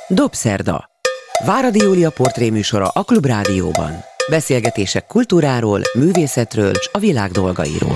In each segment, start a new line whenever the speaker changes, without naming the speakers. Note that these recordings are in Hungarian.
Dobszerda. Váradi Júlia portréműsora a Klubrádióban. Beszélgetések kultúráról, művészetről és a világ dolgairól.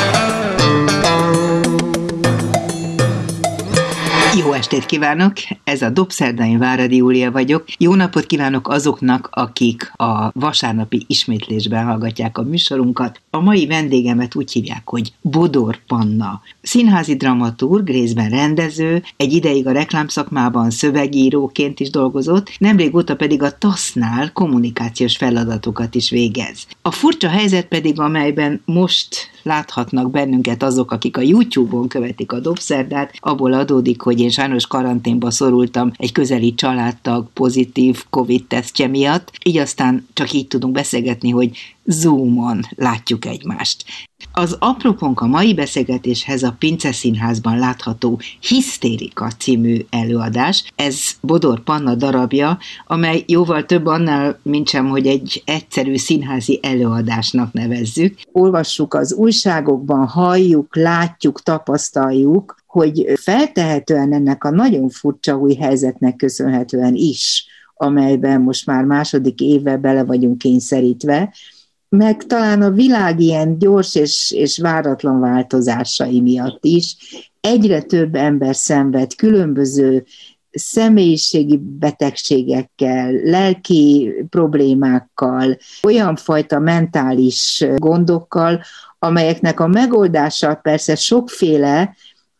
Jó estét kívánok! Ez a Dobszerda, én Váradi Júlia vagyok. Jó napot kívánok azoknak, akik a vasárnapi ismétlésben hallgatják a műsorunkat. A mai vendégemet úgy hívják, hogy Bodor Panna. Színházi dramaturg, részben rendező, egy ideig a reklámszakmában szövegíróként is dolgozott, nemrég óta pedig a TASZ-nál kommunikációs feladatokat is végez. A furcsa helyzet pedig, amelyben most láthatnak bennünket azok, akik a YouTube-on követik a Dobszerdát, abból adódik, hogy én sajnos karanténba szorultam egy közeli családtag pozitív Covid-tesztje miatt, így aztán csak így tudunk beszélgetni, hogy Zoom-on látjuk egymást. Az apropónk a mai beszélgetéshez a Pince Színházban látható Hisztérika című előadás. Ez Bodor Panna darabja, amely jóval több annál, mintsem, hogy egy egyszerű színházi előadásnak nevezzük. Olvassuk az újságokban, halljuk, látjuk, tapasztaljuk, hogy feltehetően ennek a nagyon furcsa új helyzetnek köszönhetően is, amelyben most már második éve bele vagyunk kényszerítve, meg talán a világ ilyen gyors és váratlan változásai miatt is egyre több ember szenved különböző személyiségi betegségekkel, lelki problémákkal, olyan fajta mentális gondokkal, amelyeknek a megoldása persze sokféle,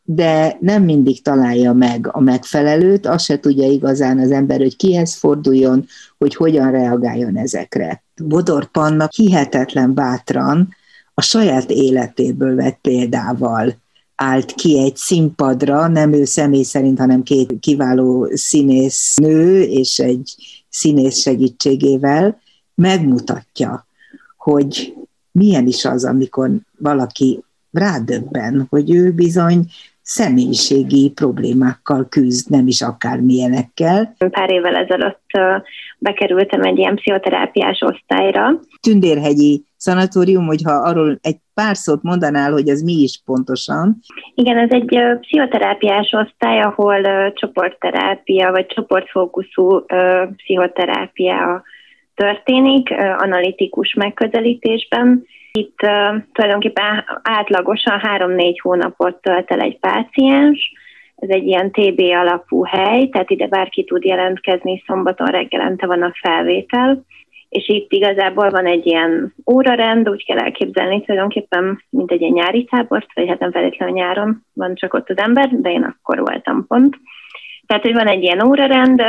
de nem mindig találja meg a megfelelőt, azt se tudja igazán az ember, hogy kihez forduljon, hogy hogyan reagáljon ezekre. Bodor Panna hihetetlen bátran a saját életéből vett példával állt ki egy színpadra, nem ő személy szerint, hanem két kiváló színésznő és egy színész segítségével megmutatja, hogy milyen is az, amikor valaki rádöbben, hogy ő bizony személyiségi problémákkal küzd, nem is akármilyenekkel.
Pár évvel ezelőtt bekerültem egy ilyen pszichoterápiás osztályra.
Tündérhegyi szanatórium, hogyha arról egy pár szót mondanál, hogy az mi is pontosan.
Igen, ez egy pszichoterápiás osztály, ahol csoportterápia vagy csoportfókuszú pszichoterápia történik, analitikus megközelítésben. Itt tulajdonképpen átlagosan 3-4 hónapot tölt el egy páciens. Ez egy ilyen TB alapú hely, tehát ide bárki tud jelentkezni, szombaton reggelente van a felvétel, és itt igazából van egy ilyen órarend, úgy kell elképzelni tulajdonképpen, mint egy ilyen nyári tábort, vagy hát nem feltétlenül nyáron van csak ott az ember, de én akkor voltam pont. Tehát, hogy van egy ilyen órarend,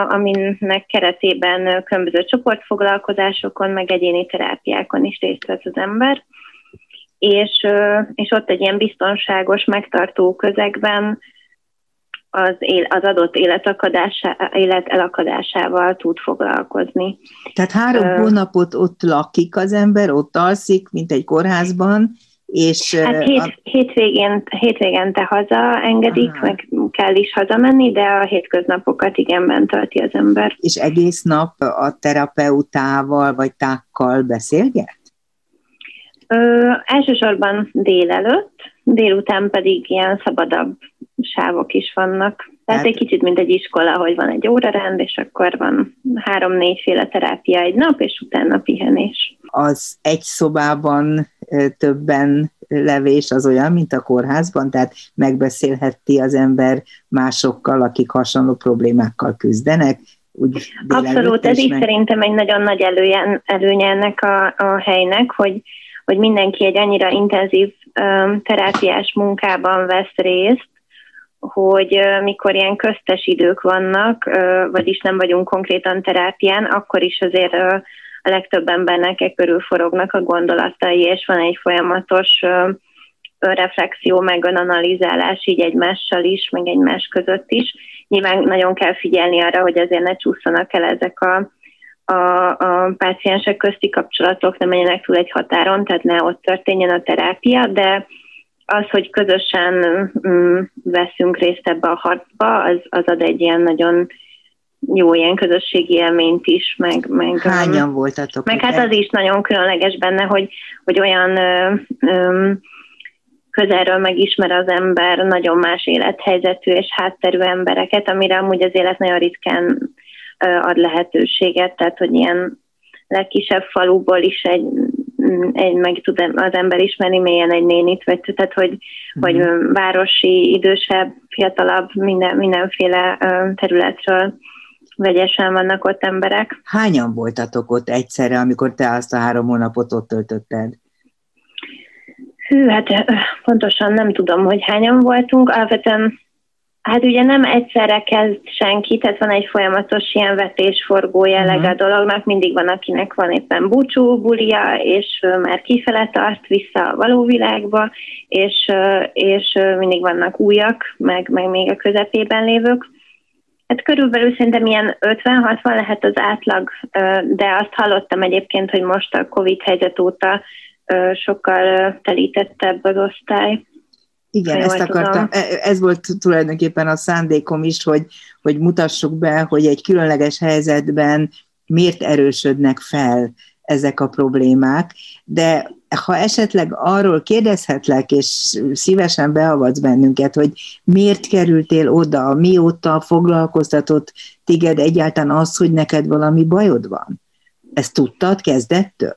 aminek keretében különböző csoportfoglalkozásokon, meg egyéni terápiákon is részt vesz az ember, és ott egy ilyen biztonságos, megtartó közegben az adott élet elakadásával tud foglalkozni.
Tehát 3 hónapot ott lakik az ember, ott alszik, mint egy kórházban, és...
Hát hétvégente hazaengedik, meg kell is hazamenni, de a hétköznapokat igen bent tölti az ember.
És egész nap a terapeutával vagy tákkal beszélget?
Elsősorban délelőtt, délután pedig ilyen szabadabb sávok is vannak. Tehát egy kicsit, mint egy iskola, hogy van egy órarend, és akkor van 3-4 féle terápia egy nap, és utána pihenés.
Az egy szobában többen levés az olyan, mint a kórházban, tehát megbeszélheti az ember másokkal, akik hasonló problémákkal küzdenek.
Abszolút, ez is szerintem egy nagyon nagy előnye ennek a helynek, hogy mindenki egy annyira intenzív terápiás munkában vesz részt, hogy mikor ilyen köztes idők vannak, vagyis nem vagyunk konkrétan terápián, akkor is azért a legtöbb embernek körül forognak a gondolatai, és van egy folyamatos önreflexió, meg önanalizálás így egymással is, meg egymás között is. Nyilván nagyon kell figyelni arra, hogy azért ne csúszanak el ezek a páciensek közti kapcsolatok, ne menjenek túl egy határon, tehát ne ott történjen a terápia, de az, hogy közösen veszünk részt ebbe a harcba, az ad egy ilyen nagyon jó ilyen közösségi élményt is, meg
hányan voltatok?
Meg hát az is nagyon különleges benne, hogy olyan közelről megismer az ember nagyon más élethelyzetű és hátterű embereket, amire amúgy az élet nagyon ritkán ad lehetőséget, tehát hogy ilyen legkisebb faluból is meg tud az ember ismerni mélyen egy nénit, tehát hogy városi, idősebb, fiatalabb, mindenféle területről vegyesen vannak ott emberek.
Hányan voltatok ott egyszerre, amikor te azt a 3 hónapot ott töltötted?
Hű, hát pontosan nem tudom, hogy hányan voltunk. Alapvetően, hát ugye nem egyszerre kezd senki, tehát van egy folyamatos ilyen vetésforgó jelleg a dolognak, mindig van, akinek van éppen búcsú, bulia, és már kifele tart vissza a való világba, és mindig vannak újak, meg még a közepében lévők. Hát körülbelül szerintem ilyen 50-60 lehet az átlag, de azt hallottam egyébként, hogy most a Covid helyzet óta sokkal telítettebb az osztály.
Igen, ezt akartam. Ez volt tulajdonképpen a szándékom is, hogy mutassuk be, hogy egy különleges helyzetben miért erősödnek fel ezek a problémák, de ha esetleg arról kérdezhetlek, és szívesen beavatsz bennünket, hogy miért kerültél oda, mióta foglalkoztatott téged egyáltalán az, hogy neked valami bajod van? Ezt tudtad kezdettől?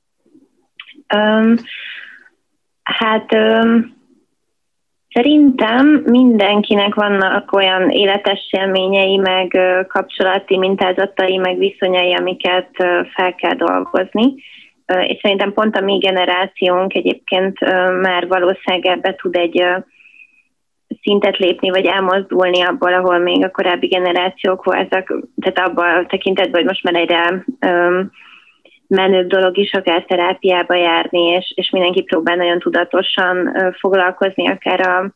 Szerintem mindenkinek vannak olyan életes élményei, meg kapcsolati mintázatai, meg viszonyai, amiket fel kell dolgozni. És szerintem pont a mi generációnk egyébként már valószínűleg ebbe tud egy szintet lépni, vagy elmozdulni abból, ahol még a korábbi generációk voltak. Tehát abban a tekintetben, hogy most már egyre menőbb dolog is akár terápiába járni, és mindenki próbál nagyon tudatosan foglalkozni akár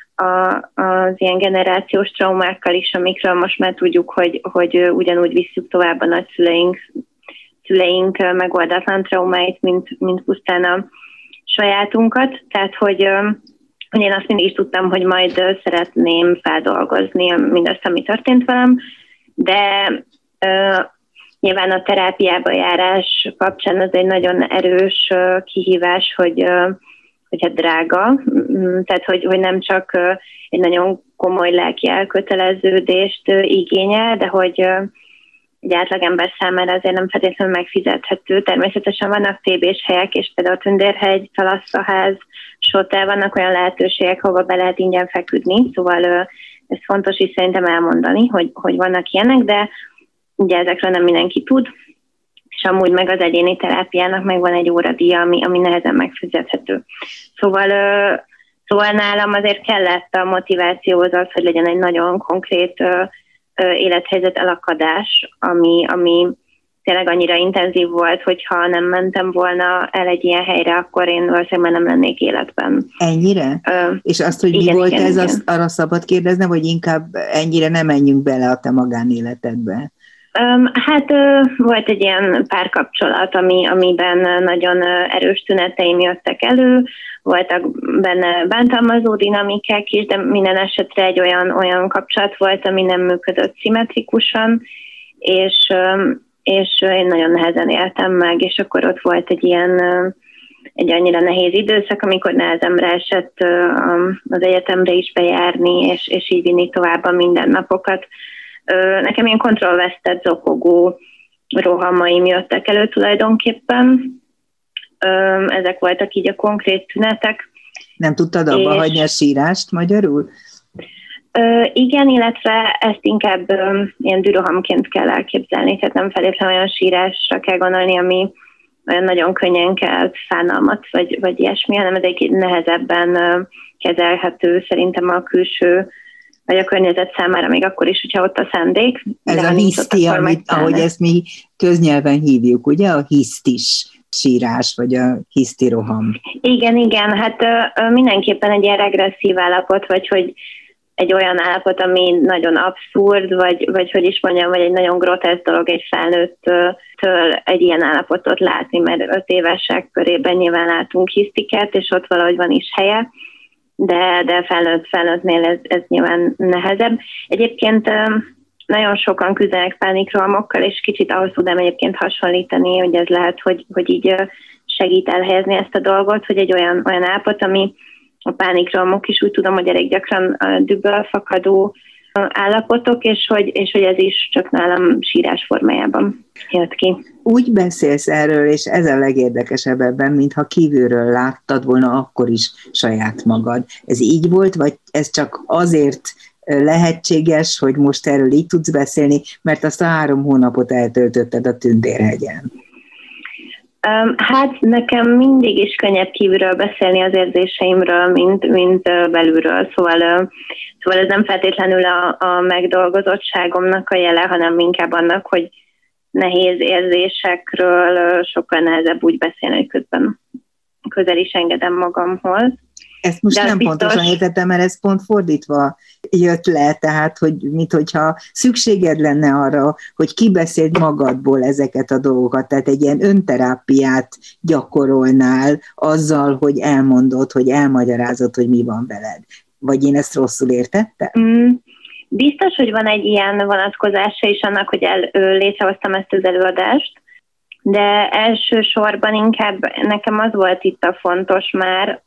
az ilyen generációs traumákkal is, amikről most már tudjuk, hogy ugyanúgy visszük tovább a nagyszüleink megoldatlan traumáit, mint pusztán a sajátunkat. Tehát, hogy én azt mindig is tudtam, hogy majd szeretném feldolgozni mindazt, ami történt velem, de nyilván a terápiába járás kapcsán az egy nagyon erős kihívás, hogy hát drága, tehát hogy nem csak egy nagyon komoly lelki elköteleződést igényel, de hogy egy átlagember számára azért nem feltétlenül megfizethető. Természetesen vannak TB-s helyek, és például a Tündérhegy, Szalasztaház, Sotel, vannak olyan lehetőségek, hova be lehet ingyen feküdni, szóval ez fontos is szerintem elmondani, hogy vannak ilyenek, de ugye ezekről nem mindenki tud, és amúgy meg az egyéni terápiának meg van egy óradíja, ami nehezen megfizethető. Szóval nálam azért kellett a motivációhoz az, hogy legyen egy nagyon konkrét élethelyzet elakadás, ami tényleg annyira intenzív volt, hogyha nem mentem volna el egy ilyen helyre, akkor én valószínűleg már nem lennék életben.
Ennyire? És azt, hogy mi volt ez, azt arra szabad kérdeznem, hogy inkább ennyire nem menjünk bele a te magánéletedbe?
Hát volt egy ilyen párkapcsolat, amiben nagyon erős tüneteim jöttek elő, voltak benne bántalmazó dinamikák is, de minden esetre egy olyan kapcsolat volt, ami nem működött szimmetrikusan, és én nagyon nehezen éltem meg, és akkor ott volt egy annyira nehéz időszak, amikor nehezemre esett az egyetemre is bejárni, és így vinni tovább a mindennapokat. Nekem ilyen kontrollvesztett, zokogó rohamaim jöttek elő tulajdonképpen. Ezek voltak így a konkrét tünetek.
Nem tudtad abba hagyni a sírást magyarul?
Igen, illetve ezt inkább ilyen dürohamként kell elképzelni, tehát nem feltétlenül olyan sírásra kell gondolni, ami olyan nagyon könnyen kelt fánalmat, vagy ilyesmi, hanem ez egy nehezebben kezelhető szerintem a külső vagy a környezet számára, még akkor is, hogyha ott a szándék.
Ez a hiszti, ahogy ezt mi köznyelven hívjuk, ugye? A hisztis sírás, vagy a hiszti roham.
Igen, hát mindenképpen egy ilyen regresszív állapot, vagy hogy egy olyan állapot, ami nagyon abszurd, vagy hogy is mondjam, vagy egy nagyon groteszk dolog egy felnőttől egy ilyen állapotot látni, mert 5 évesek körében nyilván látunk hisztiket, és ott valahogy van is helye, de felnőttnél ez nyilván nehezebb. Egyébként nagyon sokan küzdenek pánikrohamokkal, és kicsit ahhoz tudnám egyébként hasonlítani, hogy ez lehet, hogy így segít elhelyezni ezt a dolgot, hogy egy olyan állapot, ami a pánikrohamok is úgy tudom, hogy elég gyakran dühből fakadó állapotok, és hogy ez is csak nálam sírás formájában jött ki.
Úgy beszélsz erről, és ez a legérdekesebb ebben, mintha kívülről láttad volna akkor is saját magad. Ez így volt, vagy ez csak azért lehetséges, hogy most erről így tudsz beszélni, mert azt a 3 hónapot eltöltötted a Tündérhegyen?
Hát nekem mindig is könnyebb kívülről beszélni az érzéseimről, mint belülről, szóval ez nem feltétlenül a megdolgozottságomnak a jele, hanem inkább annak, hogy nehéz érzésekről sokkal nehezebb úgy beszélni, hogy közben közel is engedem magamhoz.
Ezt most nem pontosan értettem, mert ez pont fordítva jött le, tehát, hogy minthogyha szükséged lenne arra, hogy kibeszéld magadból ezeket a dolgokat, tehát egy ilyen önterápiát gyakorolnál azzal, hogy elmondod, hogy elmagyarázod, hogy mi van veled. Vagy én ezt rosszul értettem?
Biztos, hogy van egy ilyen vonatkozása is annak, hogy létrehoztam ezt az előadást, de elsősorban inkább nekem az volt itt a fontos már,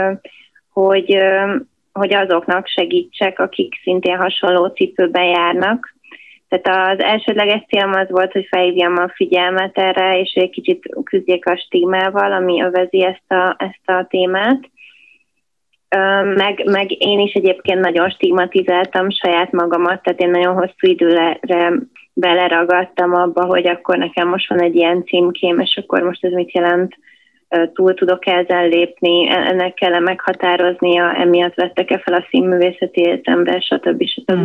hogy azoknak segítsek, akik szintén hasonló cipőben járnak. Tehát az elsődleges célom az volt, hogy felhívjam a figyelmet erre, és egy kicsit küzdjék a stigmával, ami övezi ezt a témát. Meg én is egyébként nagyon stigmatizáltam saját magamat, tehát én nagyon hosszú időre beleragadtam abba, hogy akkor nekem most van egy ilyen címkém, és akkor most ez mit jelent, túl tudok ezen lépni, ennek kell meghatároznia, emiatt vettek-e fel a színművészeti egyetemre, stb.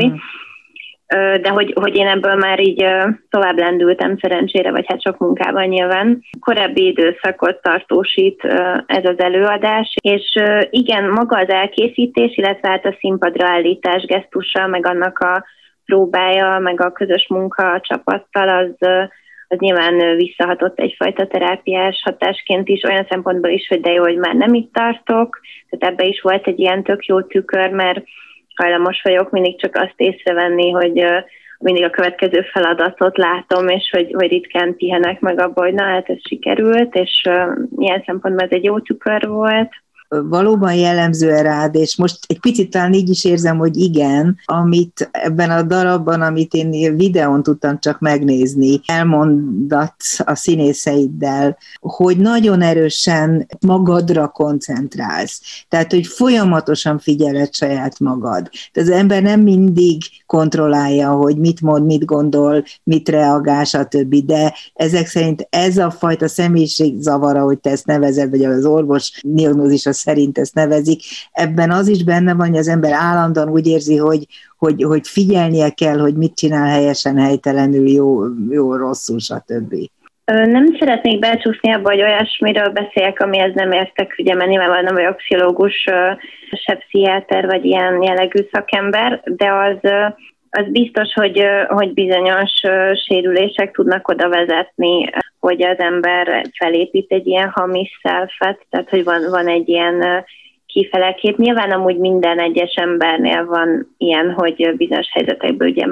De hogy én ebből már így tovább lendültem szerencsére, vagy hát sok munkában nyilván. Korábbi időszakot tartósít ez az előadás, és igen, maga az elkészítés, illetve hát a színpadra állítás gesztusa, meg annak a próbája, meg a közös munka a csapattal, az nyilván visszahatott egyfajta terápiás hatásként is, olyan szempontból is, hogy de jó, hogy már nem itt tartok, tehát ebbe is volt egy ilyen tök jó tükör, mert hajlamos vagyok mindig csak azt észrevenni, hogy mindig a következő feladatot látom, és hogy ritkán pihenek meg abba, hogy na hát ez sikerült, és ilyen szempontból ez egy jó tükör volt.
Valóban jellemző rád, és most egy picit talán így is érzem, hogy igen, amit ebben a darabban, amit én videón tudtam csak megnézni, elmondatsz a színészeiddel, hogy nagyon erősen magadra koncentrálsz. Tehát, hogy folyamatosan figyeled saját magad. Tehát az ember nem mindig kontrollálja, hogy mit mond, mit gondol, mit reagál, stb. De ezek szerint ez a fajta személyiségzavar, ahogy te ezt nevezed, vagy az orvos diagnózisa szerint ezt nevezik, ebben az is benne van, hogy az ember állandóan úgy érzi, hogy figyelnie kell, hogy mit csinál helyesen, helytelenül, jó rosszul, stb.
Nem szeretnék becsúszni abba, hogy olyasmiről beszéljek, amihez nem értek, ugye, mert nyilvánvalóan nem vagyok pszichológus, se pszichiáter, vagy ilyen jellegű szakember, de az biztos, hogy bizonyos sérülések tudnak oda vezetni, hogy az ember felépít egy ilyen hamis selfet, tehát hogy van egy ilyen kifelekép. Nyilván amúgy minden egyes embernél van ilyen, hogy bizonyos helyzetekből ugye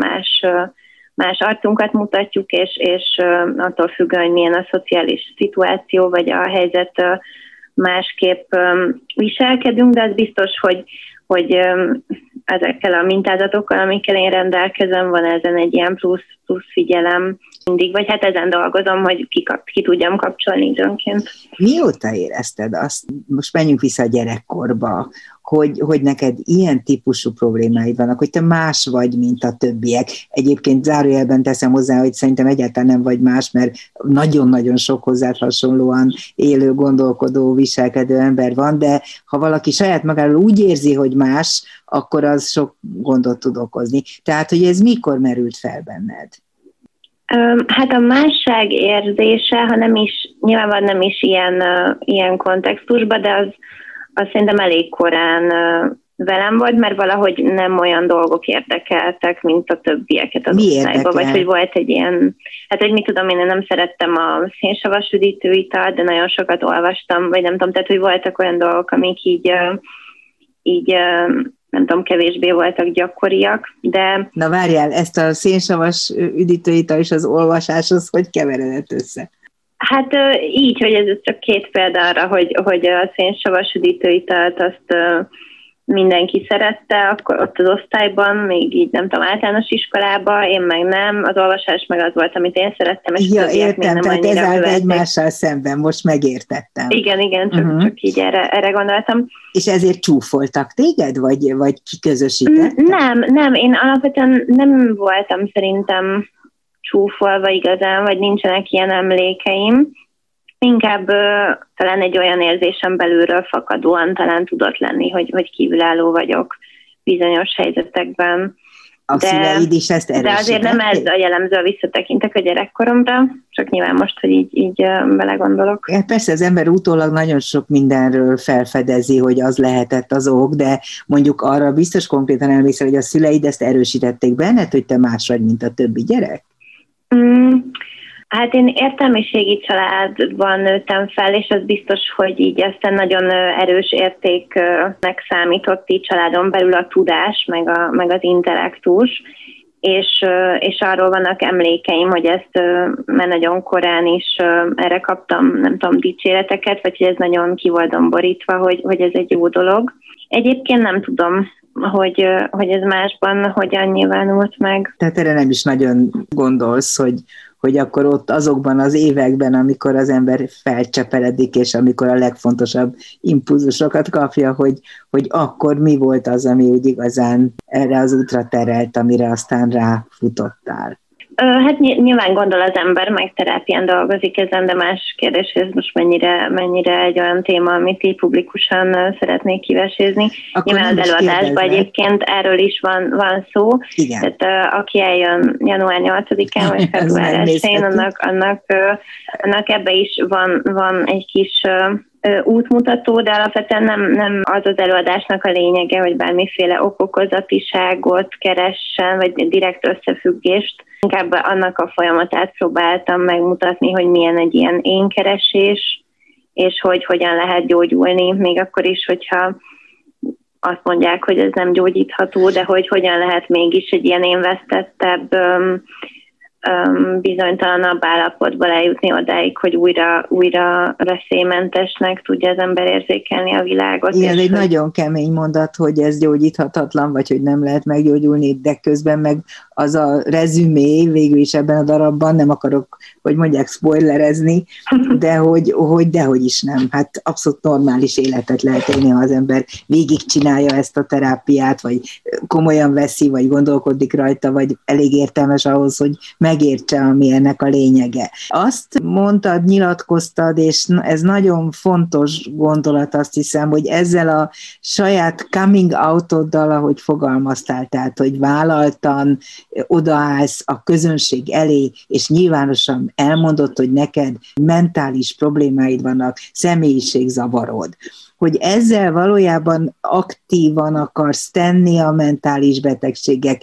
más arcunkat mutatjuk, és attól függően, hogy milyen a szociális szituáció, vagy a helyzet, másképp viselkedünk, de az biztos, hogy ezekkel a mintázatokkal, amikkel én rendelkezem, van ezen egy ilyen plusz figyelem mindig, vagy hát ezen dolgozom, hogy ki tudjam kapcsolni időnként.
Mióta érezted azt, most menjünk vissza a gyerekkorba, hogy neked ilyen típusú problémáid vannak, hogy te más vagy, mint a többiek. Egyébként zárójelben teszem hozzá, hogy szerintem egyáltalán nem vagy más, mert nagyon-nagyon sok hozzád hasonlóan élő, gondolkodó, viselkedő ember van, de ha valaki saját magáról úgy érzi, hogy más, akkor az sok gondot tud okozni. Tehát, hogy ez mikor merült fel benned?
Hát a másság érzése, ha nem is, nyilvánvalóan nem is ilyen kontextusban, de az szerintem elég korán velem volt, mert valahogy nem olyan dolgok érdekeltek, mint a többieket az osztályban, vagy hogy volt egy ilyen, hát hogy mit tudom, én nem szerettem a szénsavas üdítőitalt, de nagyon sokat olvastam, vagy nem tudom, tehát hogy voltak olyan dolgok, amik így nem tudom, kevésbé voltak gyakoriak, de...
Na várjál, ezt a szénsavas üdítőital és az olvasáshoz hogy keveredett össze?
Hát így, hogy ez csak 2 példa arra, hogy a szénsavas üdítőitalt azt mindenki szerette, akkor ott az osztályban, még így nem tudom, általános iskolában, én meg nem, az olvasás meg az volt, amit én szerettem, és
ja, értem, tehát ez állt egymással szemben, most megértettem.
Igen, csak így erre gondoltam.
És ezért csúfoltak téged, vagy kiközösítettek?
Nem, én alapvetően nem voltam szerintem csúfolva igazán, vagy nincsenek ilyen emlékeim. Inkább talán egy olyan érzésem belülről fakadóan talán tudott lenni, hogy kívülálló vagyok bizonyos helyzetekben.
A szüleid is ezt erősítették?
De azért nem ez a jellemző, visszatekintek a gyerekkoromra, csak nyilván most, hogy így belegondolok.
Persze az ember utólag nagyon sok mindenről felfedezi, hogy az lehetett az ok, de mondjuk arra biztos konkrétan emlékszel, hogy a szüleid ezt erősítették benned, hogy te más vagy, mint a többi gyerek?
Hát én értelmiségi családban nőttem fel, és az biztos, hogy így aztán nagyon erős értéknek számított így családon belül a tudás, meg az intellektus, és arról vannak emlékeim, hogy ezt már nagyon korán is erre kaptam, nem tudom, dicséreteket, vagy hogy ez nagyon ki volt domborítva, hogy ez egy jó dolog. Egyébként nem tudom, hogy ez másban hogyan nyilvánult meg.
Tehát erre nem is nagyon gondolsz, hogy akkor ott azokban az években, amikor az ember felcsepeledik, és amikor a legfontosabb impulzusokat kapja, hogy akkor mi volt az, ami úgy igazán erre az útra terelt, amire aztán ráfutottál?
Hát nyilván gondol az ember, meg terápián dolgozik ezen, de más kérdés, hogy ez most mennyire egy olyan téma, amit így publikusan szeretnék kivesézni.
Akkor
nyilván az előadásban egyébként erről is van szó.
Igen.
Tehát aki eljön január 8-án, vagy február 1-én, annak ebbe is van egy kis útmutató, de alapvetően nem az az előadásnak a lényege, hogy bármiféle okokozatiságot keressen, vagy direkt összefüggést. Inkább annak a folyamatát próbáltam megmutatni, hogy milyen egy ilyen énkeresés, és hogy hogyan lehet gyógyulni, még akkor is, hogyha azt mondják, hogy ez nem gyógyítható, de hogy hogyan lehet mégis egy ilyen énvesztettebb, bizonytalanabb állapotból eljutni odáig, hogy újra veszélymentesnek tudja az ember érzékelni a világot.
Igen, egy nagyon kemény mondat, hogy ez gyógyíthatatlan, vagy hogy nem lehet meggyógyulni, de közben meg az a rezümé végül is ebben a darabban, nem akarok, hogy mondják, spoilerezni, de hogy dehogy is nem. Hát abszolút normális életet lehet élni, ha az ember végigcsinálja ezt a terápiát, vagy komolyan veszi, vagy gondolkodik rajta, vagy elég értelmes ahhoz, hogy megértse, ami ennek a lényege. Azt mondtad, nyilatkoztad, és ez nagyon fontos gondolat, azt hiszem, hogy ezzel a saját coming out-oddal, ahogy fogalmaztál, tehát, hogy vállaltan odaállsz a közönség elé, és nyilvánosan elmondod, hogy neked mentális problémáid vannak, személyiségzavarod, hogy ezzel valójában aktívan akarsz tenni a mentális betegségek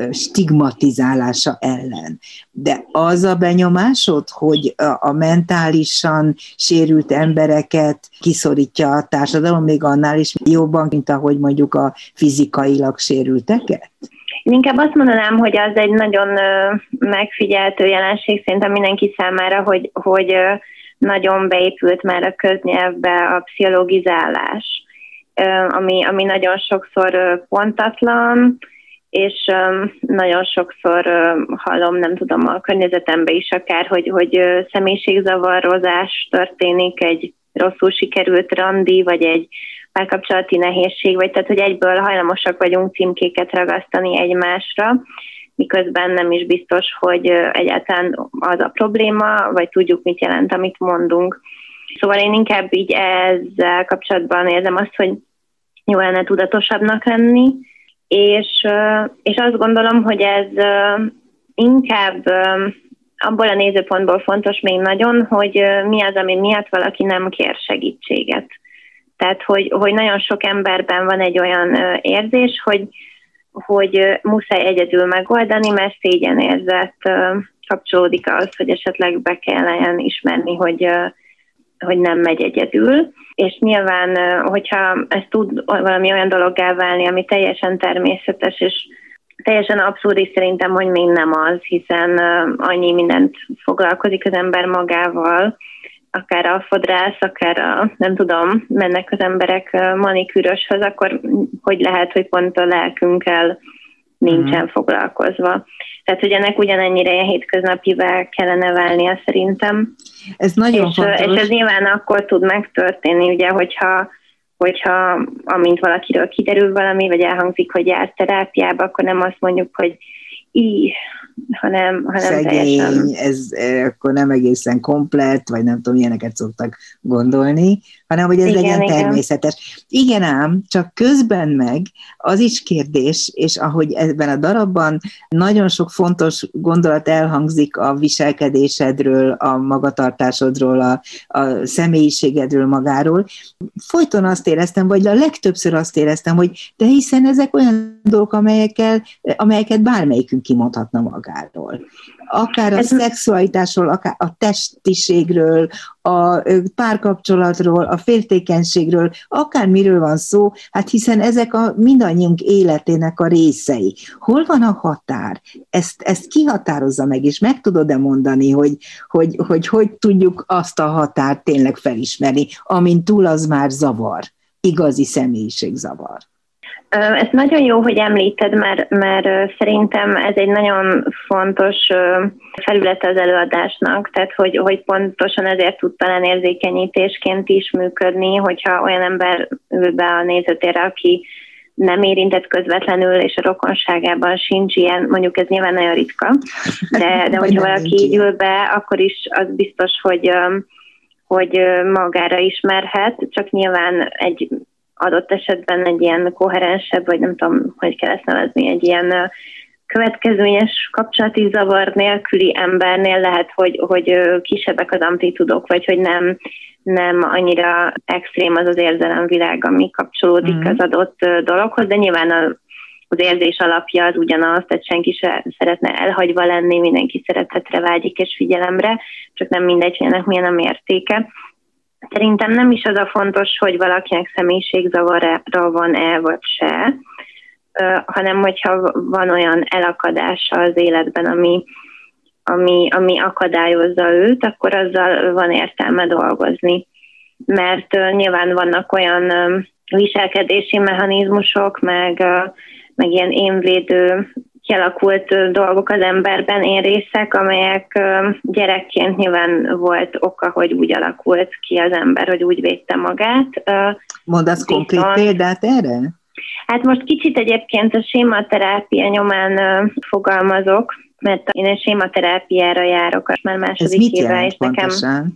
stigmatizálása ellen. De az a benyomásod, hogy a mentálisan sérült embereket kiszorítja a társadalom, még annál is jobban, mint ahogy mondjuk a fizikailag sérülteket?
Inkább azt mondanám, hogy az egy nagyon megfigyeltő jelenség szerintem mindenki számára, hogy nagyon beépült már a köznyelvbe a pszichologizálás, ami nagyon sokszor pontatlan, és nagyon sokszor hallom, nem tudom, a környezetemben is akár, hogy személyiségzavarozás történik, egy rosszul sikerült randi, vagy egy párkapcsolati nehézség, vagy tehát, hogy egyből hajlamosak vagyunk címkéket ragasztani egymásra, miközben nem is biztos, hogy egyáltalán az a probléma, vagy tudjuk, mit jelent, amit mondunk. Szóval én inkább így ezzel kapcsolatban érzem azt, hogy jó lenne tudatosabbnak lenni, és azt gondolom, hogy ez inkább abból a nézőpontból fontos még nagyon, hogy mi az, ami miatt valaki nem kér segítséget. Tehát, hogy nagyon sok emberben van egy olyan érzés, hogy muszáj egyedül megoldani, mert szégyenérzet kapcsolódik ahhoz, hogy esetleg be kellene ismerni, hogy nem megy egyedül. És nyilván, hogyha ez tud valami olyan dologgá válni, ami teljesen természetes, és teljesen abszurd is szerintem, hogy még nem az, hiszen annyi mindent foglalkozik az ember magával, akár a fodrász, akár nem tudom, mennek az emberek manikűröshöz, akkor hogy lehet, hogy pont a lelkünkkel nincsen foglalkozva. Tehát, hogy ennek ugyanennyire ilyen hétköznapivá kellene válnia szerintem.
Ez nagyon fontos.
És ez nyilván akkor tud megtörténni, ugye, hogyha amint valakiről kiderül valami, vagy elhangzik, hogy jár terápiába, akkor nem azt mondjuk, hogy hanem
szegény,
teljesen.
Ez akkor nem egészen komplett, vagy nem tudom, ilyeneket szoktak gondolni, hanem hogy ez legyen természetes. Igen ám, csak közben meg az is kérdés, és ahogy ebben a darabban nagyon sok fontos gondolat elhangzik a viselkedésedről, a magatartásodról, a személyiségedről magáról, folyton azt éreztem, vagy a legtöbbször azt éreztem, hogy de hiszen ezek olyan dolgok, amelyeket bármelyikünk kimondhatna magáról. Akár a szexualitásról, akár a testiségről, a párkapcsolatról, a féltékenységről, akármiről van szó, hát hiszen ezek mindannyiunk életének a részei. Hol van a határ? Ezt ki határozza meg, és meg tudod-e mondani, hogy tudjuk azt a határt tényleg felismerni, amin túl az már zavar, igazi személyiségzavar.
Ez nagyon jó, hogy említed, mert szerintem ez egy nagyon fontos felülete az előadásnak, tehát hogy pontosan ezért tud talán érzékenyítésként is működni, hogyha olyan ember ül be a nézőtérre, aki nem érintett közvetlenül, és a rokonságában sincs ilyen, mondjuk ez nyilván nagyon ritka, de hogyha valaki így ül be, akkor is az biztos, hogy magára ismerhet, csak nyilván egy adott esetben egy ilyen koherensebb, vagy nem tudom, hogy kell ezt nevezni, egy ilyen következményes kapcsolati zavar nélküli embernél lehet, hogy kisebbek az amplitudok, vagy hogy nem annyira extrém az az érzelemvilág, ami kapcsolódik az adott dologhoz, de nyilván az érzés alapja az ugyanaz, tehát senki se szeretne elhagyva lenni, mindenki szeretetre vágyik és figyelemre, csak nem mindegy, hogy ennek milyen a mértéke. Szerintem nem is az a fontos, hogy valakinek személyiségzavara van-e vagy se, hanem hogyha van olyan elakadása az életben, ami akadályozza őt, akkor azzal van értelme dolgozni. Mert nyilván vannak olyan viselkedési mechanizmusok, meg ilyen énvédő kialakult dolgok az emberben, énrészek, amelyek gyerekként nyilván volt oka, hogy úgy alakult ki az ember, hogy úgy védte magát.
Mondasz konkrét példát erre?
Hát most kicsit egyébként a sématerápia nyomán fogalmazok, mert én egy sématerápiára járok, már második éve, és nekem...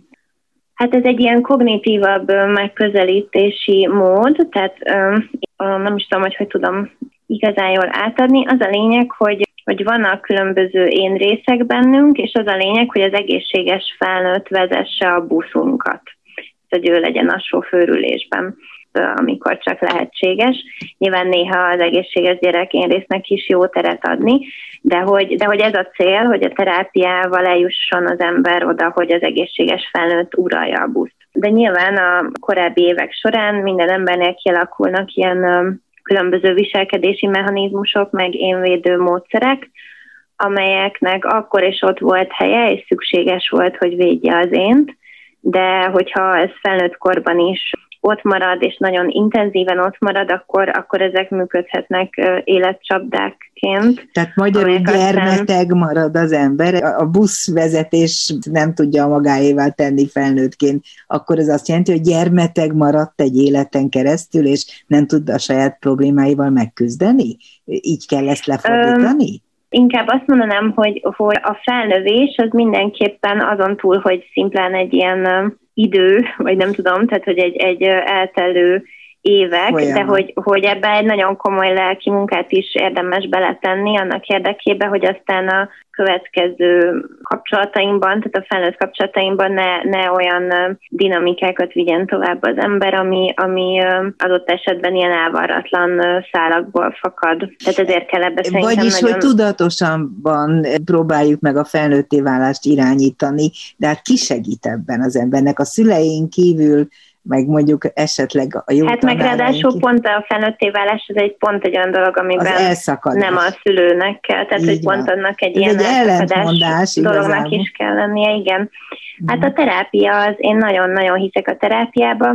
Hát ez egy ilyen kognitívabb megközelítési mód, tehát nem is tudom, hogy tudom igazán jól átadni. Az a lényeg, hogy vannak különböző én részek bennünk, és az a lényeg, hogy az egészséges felnőtt vezesse a buszunkat, hogy ő legyen a sofőrülésben, amikor csak lehetséges. Nyilván néha az egészséges gyerek én résznek is jó teret adni, de hogy ez a cél, hogy a terápiával eljusson az ember oda, hogy az egészséges felnőtt uralja a buszt. De nyilván a korábbi évek során minden embernél kialakulnak ilyen különböző viselkedési mechanizmusok, meg énvédő módszerek, amelyeknek akkor is ott volt helye, és szükséges volt, hogy védje az ént, de hogyha ez felnőtt korban is ott marad, és nagyon intenzíven ott marad, akkor ezek működhetnek életcsapdákként.
Tehát magyarul gyermeteg marad az ember, a buszvezetés nem tudja magáévá tenni felnőttként, akkor ez azt jelenti, hogy gyermeteg maradt egy életen keresztül, és nem tud a saját problémáival megküzdeni? Így kell ezt lefordítani?
Inkább azt mondanám, hogy a felnövés az mindenképpen azon túl, hogy szimplán egy ilyen idő, vagy nem tudom, tehát hogy egy eltelő évek, folyamat. De hogy ebbe egy nagyon komoly lelki munkát is érdemes beletenni annak érdekében, hogy aztán a következő kapcsolatainkban, tehát a felnőtt kapcsolatainkban ne olyan dinamikákat vigyen tovább az ember, ami adott esetben ilyen elvarratlan szálakból fakad. Tehát ezért kell ebbe szerintem
vagyis, nagyon... hogy tudatosan próbáljuk meg a felnőtté válást irányítani, de hát ki segít ebben az embernek? A szüleink kívül meg mondjuk esetleg a jó
hát meg ráadásul pont a felnőtté válás, ez pont egy olyan dolog, amiben nem a szülőnek kell, tehát hogy pont annak egy ilyen elszakadás dolognak is kell lennie, igen. Hát a terápia, én nagyon-nagyon hiszek a terápiába,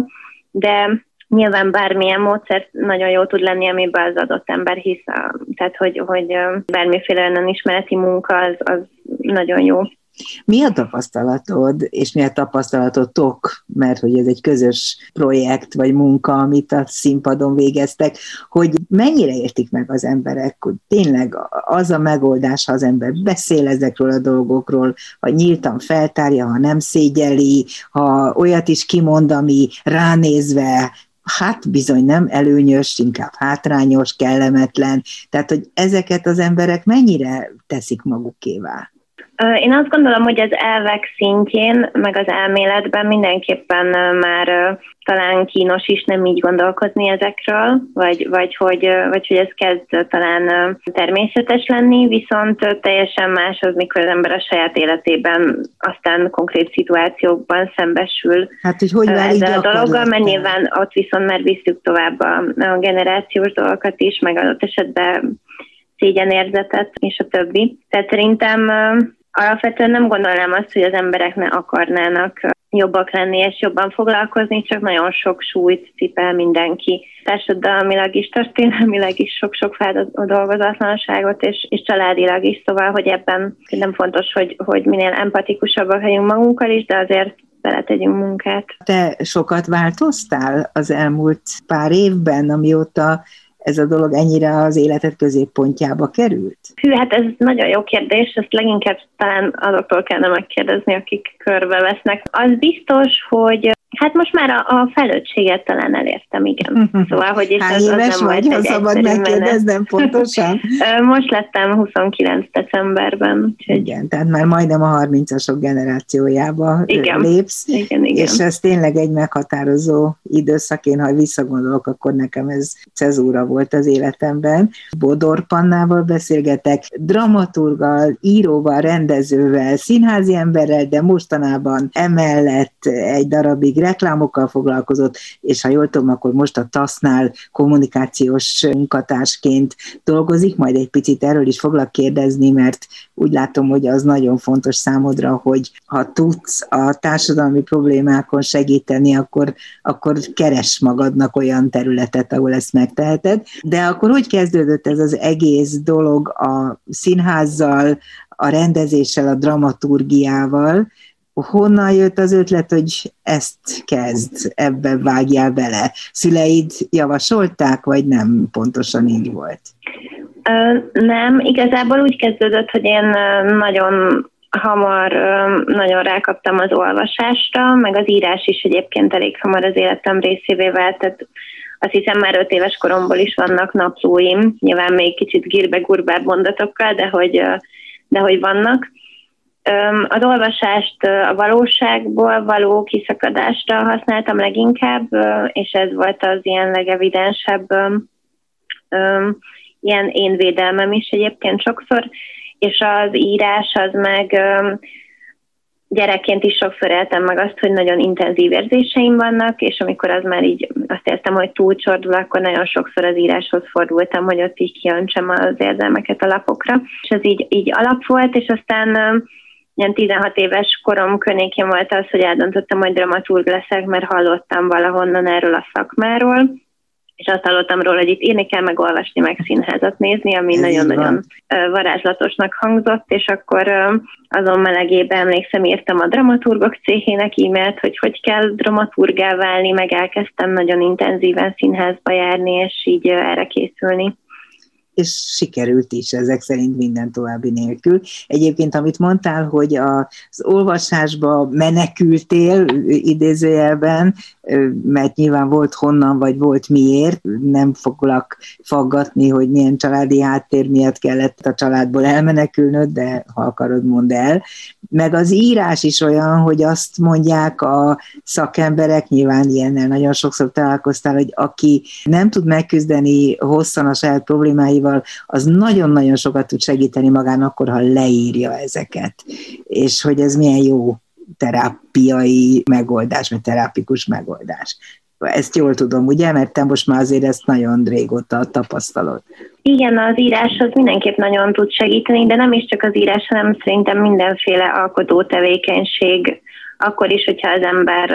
de nyilván bármilyen módszer nagyon jó tud lenni, amiben az adott ember hisz, tehát hogy bármiféle önismereti munka az nagyon jó.
Mi a tapasztalatod, és mi a tapasztalatotok, mert hogy ez egy közös projekt vagy munka, amit a színpadon végeztek, hogy mennyire értik meg az emberek, hogy tényleg az a megoldás, ha az ember beszél ezekről a dolgokról, ha nyíltan feltárja, ha nem szégyeli, ha olyat is kimond, ami ránézve hát bizony nem előnyös, inkább hátrányos, kellemetlen. Tehát, hogy ezeket az emberek mennyire teszik magukévá?
Én azt gondolom, hogy az elvek szintjén, meg az elméletben mindenképpen már talán kínos is nem így gondolkozni ezekről, vagy hogy ez kezd talán természetes lenni, viszont teljesen más az, mikor az ember a saját életében aztán konkrét szituációkban szembesül
hogy
ezzel a dologgal, mert nyilván ott viszont már visszük tovább a generációs dolgokat is, meg adott esetben szégyenérzetet és a többi. Tehát szerintem alapvetően nem gondolnám azt, hogy az emberek ne akarnának jobbak lenni és jobban foglalkozni, csak nagyon sok súlyt cipel mindenki. Társadalmilag is, történelmileg is sok-sok feldolgozatlanságot, és családilag is, szóval, hogy ebben nem fontos, hogy minél empatikusabbak legyünk magunkkal is, de azért beletegyünk munkát.
Te sokat változtál az elmúlt pár évben, amióta ez a dolog ennyire az életed középpontjába került?
Hát ez nagyon jó kérdés, ezt leginkább talán azoktól kellene megkérdezni, akik körbevesznek. Az biztos, hogy hát most már a felnőttséget talán elértem, igen. Szóval, hogy
hány éves vagy, ha szabad megkérdeznem pontosan?
Most lettem 29 decemberben.
Igen, tehát már majdnem a 30-asok generációjába lépsz.
Igen.
És ez tényleg egy meghatározó időszak. Én, ha visszagondolok, akkor nekem ez cezúra volt az életemben. Bodor Pannával beszélgetek, dramaturggal, íróval, rendezővel, színházi emberrel, de mostanában emellett egy darabig reklámokkal foglalkozott, és ha jól tudom, akkor most a TASZ-nál kommunikációs munkatársként dolgozik, majd egy picit erről is foglak kérdezni, mert úgy látom, hogy az nagyon fontos számodra, hogy ha tudsz a társadalmi problémákon segíteni, akkor keres magadnak olyan területet, ahol ezt megteheted. De akkor hogy kezdődött ez az egész dolog a színházzal, a rendezéssel, a dramaturgiával? Honnan jött az ötlet, hogy ezt kezd, ebbe vágjál bele? Szüleid javasolták, vagy nem pontosan így volt?
Nem, igazából úgy kezdődött, hogy én nagyon hamar nagyon rákaptam az olvasásra, meg az írás is egyébként elég hamar az életem részévé vált, tehát azt hiszem már 5 éves koromból is vannak naplóim, nyilván még kicsit gírbe-gurbább mondatokkal, de hogy vannak. Az olvasást a valóságból való kiszakadásra használtam leginkább, és ez volt az ilyen legevidensebb ilyen én védelmem is egyébként sokszor, és az írás az meg gyerekként is sokszor éltem meg azt, hogy nagyon intenzív érzéseim vannak, és amikor az már így azt értem, hogy túlcsordul, akkor nagyon sokszor az íráshoz fordultam, hogy ott így kijöntsem az érzelmeket a lapokra. És ez így alap volt, és aztán ilyen 16 éves korom környékén volt az, hogy eldöntöttem, hogy dramaturg leszek, mert hallottam valahonnan erről a szakmáról, és azt hallottam róla, hogy itt írni kell, meg olvasni, meg színházat nézni, ami nagyon-nagyon varázslatosnak hangzott, és akkor azon melegében emlékszem, írtam a dramaturgok céhének e-mailt, hogy kell dramaturgá válni, meg elkezdtem nagyon intenzíven színházba járni, és így erre készülni.
És sikerült is ezek szerint minden további nélkül. Egyébként, amit mondtál, hogy az olvasásba menekültél idézőjelben, mert nyilván volt honnan, vagy volt miért, nem foglak faggatni, hogy milyen családi háttér miatt kellett a családból elmenekülnöd, de ha akarod, mondd el. Meg az írás is olyan, hogy azt mondják a szakemberek, nyilván ilyennel nagyon sokszor találkoztál, hogy aki nem tud megküzdeni hosszan a saját problémáival, az nagyon-nagyon sokat tud segíteni magán akkor, ha leírja ezeket. És hogy ez milyen jó terápiai megoldás, vagy terápikus megoldás. Ezt jól tudom, ugye? Mert te most már azért ezt nagyon régóta tapasztalod.
Igen, az írás az mindenképp nagyon tud segíteni, de nem is csak az írás, hanem szerintem mindenféle alkotó tevékenység, akkor is, hogyha az ember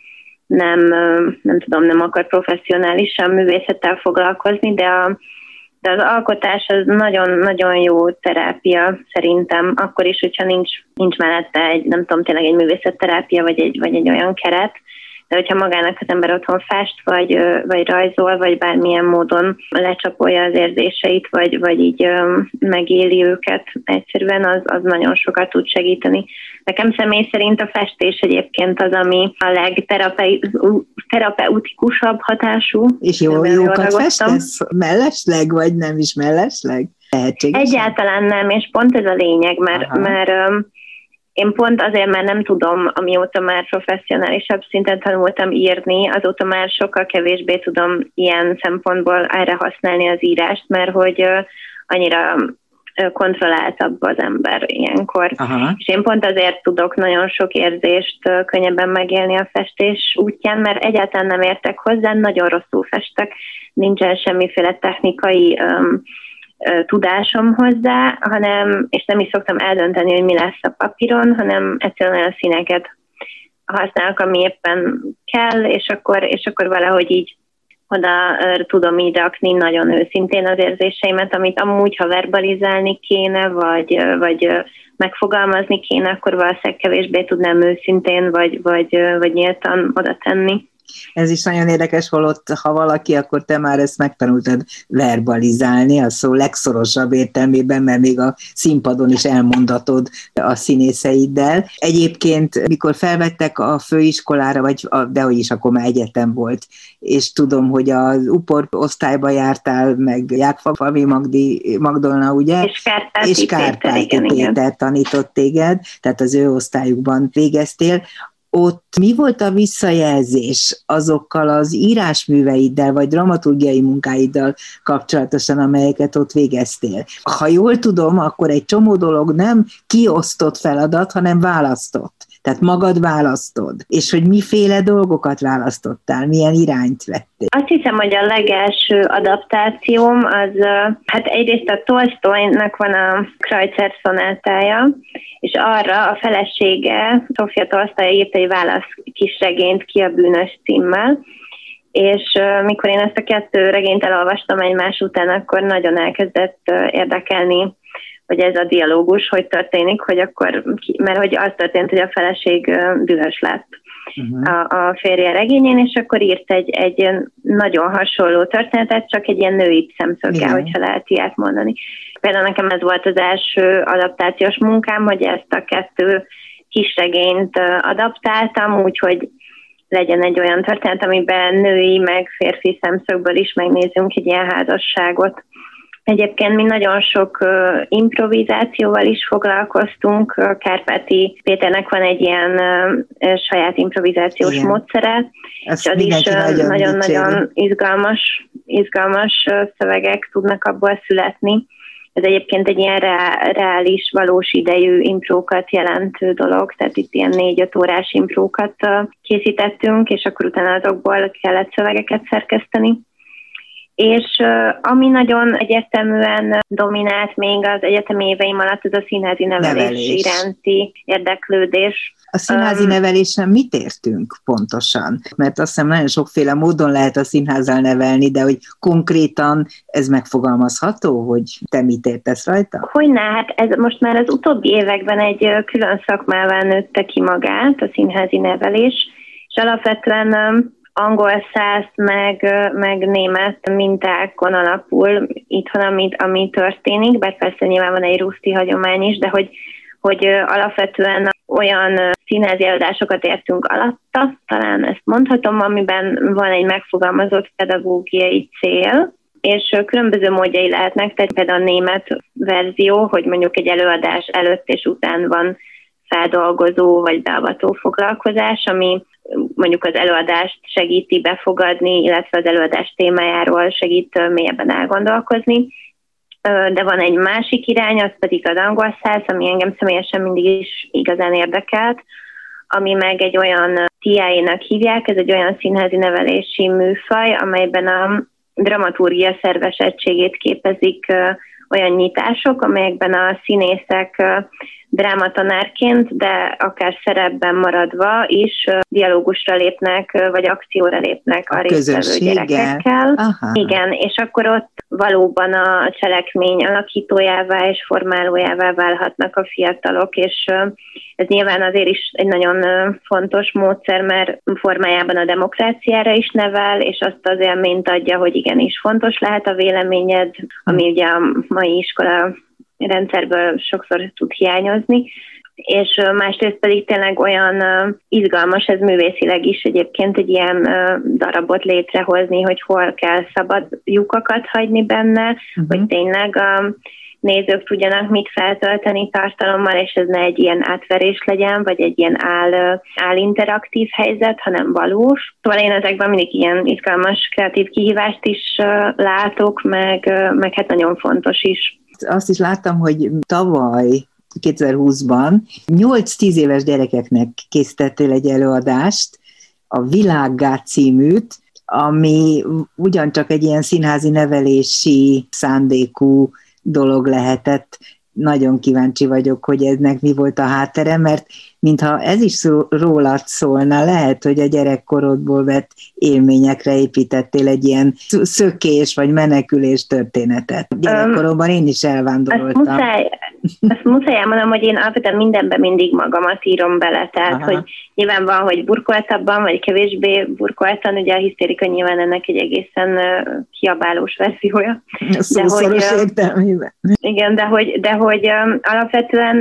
nem akar professzionálisan művészettel foglalkozni, de az alkotás az nagyon-nagyon jó terápia szerintem, akkor is, hogyha nincs mellette tényleg egy művészetterápia, vagy egy olyan keret, de hogyha magának az ember otthon fest, vagy rajzol, vagy bármilyen módon lecsapolja az érzéseit, vagy így megéli őket egyszerűen, az nagyon sokat tud segíteni. Nekem személy szerint a festés egyébként az, ami a legterapeutikusabb hatású.
És jókat festesz? Mellesleg, vagy nem is mellesleg?
Egyáltalán nem, és pont ez a lényeg, mert én pont azért, mert nem tudom, amióta már professzionálisabb szinten tanultam írni, azóta már sokkal kevésbé tudom ilyen szempontból erre használni az írást, mert hogy annyira kontrolláltabb az ember ilyenkor. Aha. És én pont azért tudok nagyon sok érzést könnyebben megélni a festés útján, mert egyáltalán nem értek hozzá, nagyon rosszul festek, nincsen semmiféle technikai tudásom hozzá, és nem is szoktam eldönteni, hogy mi lesz a papíron, hanem egyszerűen olyan színeket használok, ami éppen kell, és akkor valahogy így oda tudom így rakni nagyon őszintén az érzéseimet, amit amúgy, ha verbalizálni kéne, vagy megfogalmazni kéne, akkor valószínűleg kevésbé tudnám őszintén, vagy nyíltan oda tenni.
Ez is nagyon érdekes, holott, ha valaki, akkor te már ezt megtanultad verbalizálni, a szó legszorosabb értelmében, mert még a színpadon is elmondatod a színészeiddel. Egyébként, mikor felvettek a főiskolára, dehogy is, akkor már egyetem volt, és tudom, hogy az UPOR osztályba jártál, meg Jákfavi Magdolna, ugye?
És Kárpáti
Péter tanított téged, tehát az ő osztályukban végeztél. Ott mi volt a visszajelzés azokkal az írásműveiddel, vagy dramaturgiai munkáiddal kapcsolatosan, amelyeket ott végeztél? Ha jól tudom, akkor egy csomó dolog nem kiosztott feladat, hanem választott. Tehát magad választod. És hogy miféle dolgokat választottál, milyen irányt vettél?
Azt hiszem, hogy a legelső adaptációm az, hát egyrészt a Tolsztojnak van a Kreutzer szonátája, és arra a felesége, Sofia Tolsztoj írt egy válaszkisregényt Ki a bűnös címmel, és mikor én ezt a 2 regényt elolvastam egymás után, akkor nagyon elkezdett érdekelni, hogy ez a dialógus, hogy történik, mert hogy az történt, hogy a feleség dühös lett a férje regényén, és akkor írt egy nagyon hasonló történetet, csak egy ilyen női szemszöggel, hogyha lehet ilyet mondani. Például nekem ez volt az első adaptációs munkám, hogy ezt a 2 kisregényt adaptáltam, úgyhogy legyen egy olyan történet, amiben női meg férfi szemszögből is megnézzünk egy ilyen házasságot. Egyébként mi nagyon sok improvizációval is foglalkoztunk. Kárpáti Péternek van egy ilyen saját improvizációs módszere, és az is nagyon-nagyon izgalmas szövegek tudnak abból születni. Ez egyébként egy ilyen reális, valós idejű imprókat jelentő dolog, tehát itt ilyen 4-5 órás imprókat készítettünk, és akkor utána azokból kellett szövegeket szerkeszteni. És ami nagyon egyértelműen dominált még az egyetemi éveim alatt, az a színházi nevelés iránti érdeklődés.
A színházi nevelésen mit értünk pontosan? Mert azt hiszem nagyon sokféle módon lehet a színházzal nevelni, de hogy konkrétan ez megfogalmazható, hogy te mit értesz rajta?
Hogyne, hát ez most már az utóbbi években egy külön szakmává nőtte ki magát, a színházi nevelés, és alapvetően angol száz meg német mintákon alapul itthon, ami történik, bár persze nyilván van egy ruszti hagyomány is, de hogy alapvetően olyan színházi előadásokat értünk alatta, talán ezt mondhatom, amiben van egy megfogalmazott pedagógiai cél, és különböző módjai lehetnek, tehát például a német verzió, hogy mondjuk egy előadás előtt és után van feldolgozó vagy beavató foglalkozás, ami mondjuk az előadást segíti befogadni, illetve az előadás témájáról segít mélyebben elgondolkozni. De van egy másik irány, az pedig az angol száz, ami engem személyesen mindig is igazán érdekelt, ami meg egy olyan TIA-nak hívják, ez egy olyan színházi nevelési műfaj, amelyben a dramaturgia szervesettségét képezik olyan nyitások, amelyekben a színészek drámatanárként, de akár szerepben maradva is dialógusra lépnek, vagy akcióra lépnek a résztvevő gyerekekkel. Aha. Igen, és akkor ott valóban a cselekmény alakítójává és formálójává válhatnak a fiatalok, és ez nyilván azért is egy nagyon fontos módszer, mert formájában a demokráciára is nevel, és azt az élményt adja, hogy igenis fontos lehet a véleményed, ami ugye a mai iskola rendszerből sokszor tud hiányozni, és másrészt pedig tényleg olyan izgalmas ez művészileg is egyébként egy ilyen darabot létrehozni, hogy hol kell szabad lyukakat hagyni benne, hogy tényleg a nézők tudjanak mit feltölteni tartalommal, és ez ne egy ilyen átverés legyen, vagy egy ilyen állinteraktív helyzet, hanem valós. Szóval én ezekben mindig ilyen izgalmas kreatív kihívást is látok, meg hát nagyon fontos is.
Azt is láttam, hogy tavaly 2020-ban 8-10 éves gyerekeknek készítettél egy előadást, a Világgá címűt, ami ugyancsak egy ilyen színházi nevelési szándékú dolog lehetett. Nagyon kíváncsi vagyok, hogy ennek mi volt a háttere, mert mintha ez is rólad szólna, lehet, hogy a gyerekkorodból vett élményekre építettél egy ilyen szökés vagy menekülés történetet. Gyerekkoromban én is elvándoroltam.
Azt muszáj elmondom, hogy én alapvetően mindenben mindig magamat írom bele, tehát hogy nyilván van, hogy burkoltabban, vagy kevésbé burkoltan, ugye a hisztérika nyilván ennek egy egészen kiabálós verziója.
Szószoros értelmében.
Igen, de hogy alapvetően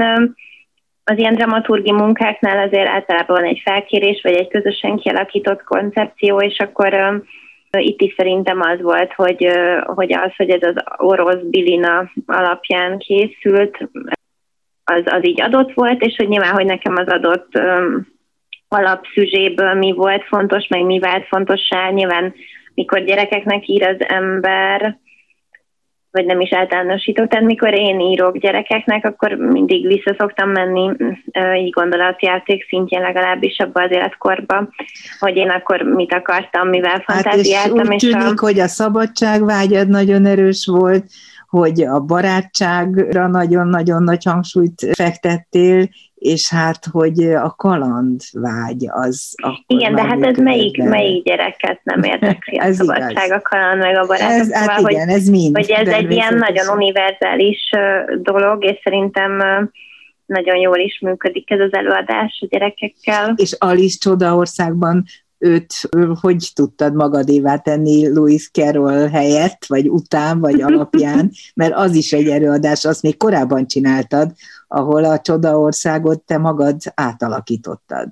az ilyen dramaturgi munkáknál azért általában van egy felkérés, vagy egy közösen kialakított koncepció, és akkor itt is szerintem az volt, hogy ez az orosz Bilina alapján készült, az így adott volt, és hogy nyilván, hogy nekem az adott alapszüzséből mi volt fontos, meg mi vált fontossá, nyilván mikor gyerekeknek ír az ember, vagy nem is általánosítok, tehát mikor én írok gyerekeknek, akkor mindig vissza szoktam menni így gondolatjáték szintjén legalábbis abba az életkorba, hogy én akkor mit akartam, mivel fantáziáltam.
Hát és úgy tűnik, hogy a szabadságvágyad nagyon erős volt, hogy a barátságra nagyon-nagyon nagy hangsúlyt fektettél, és hát, hogy a kalandvágy az...
Igen, de hát ez melyik gyereket nem érdekli a szabadság, a kaland, meg a barátság.
Hát igen, hogy, ez mind.
Hogy ez egy ilyen nagyon univerzális dolog, és szerintem nagyon jól is működik ez az előadás a gyerekekkel.
És Alice Csodaországban őt hogy tudtad magadévá tenni Lewis Carroll helyett, vagy után, vagy alapján, mert az is egy előadás, azt még korábban csináltad, ahol a Csodaországot te magad átalakítottad.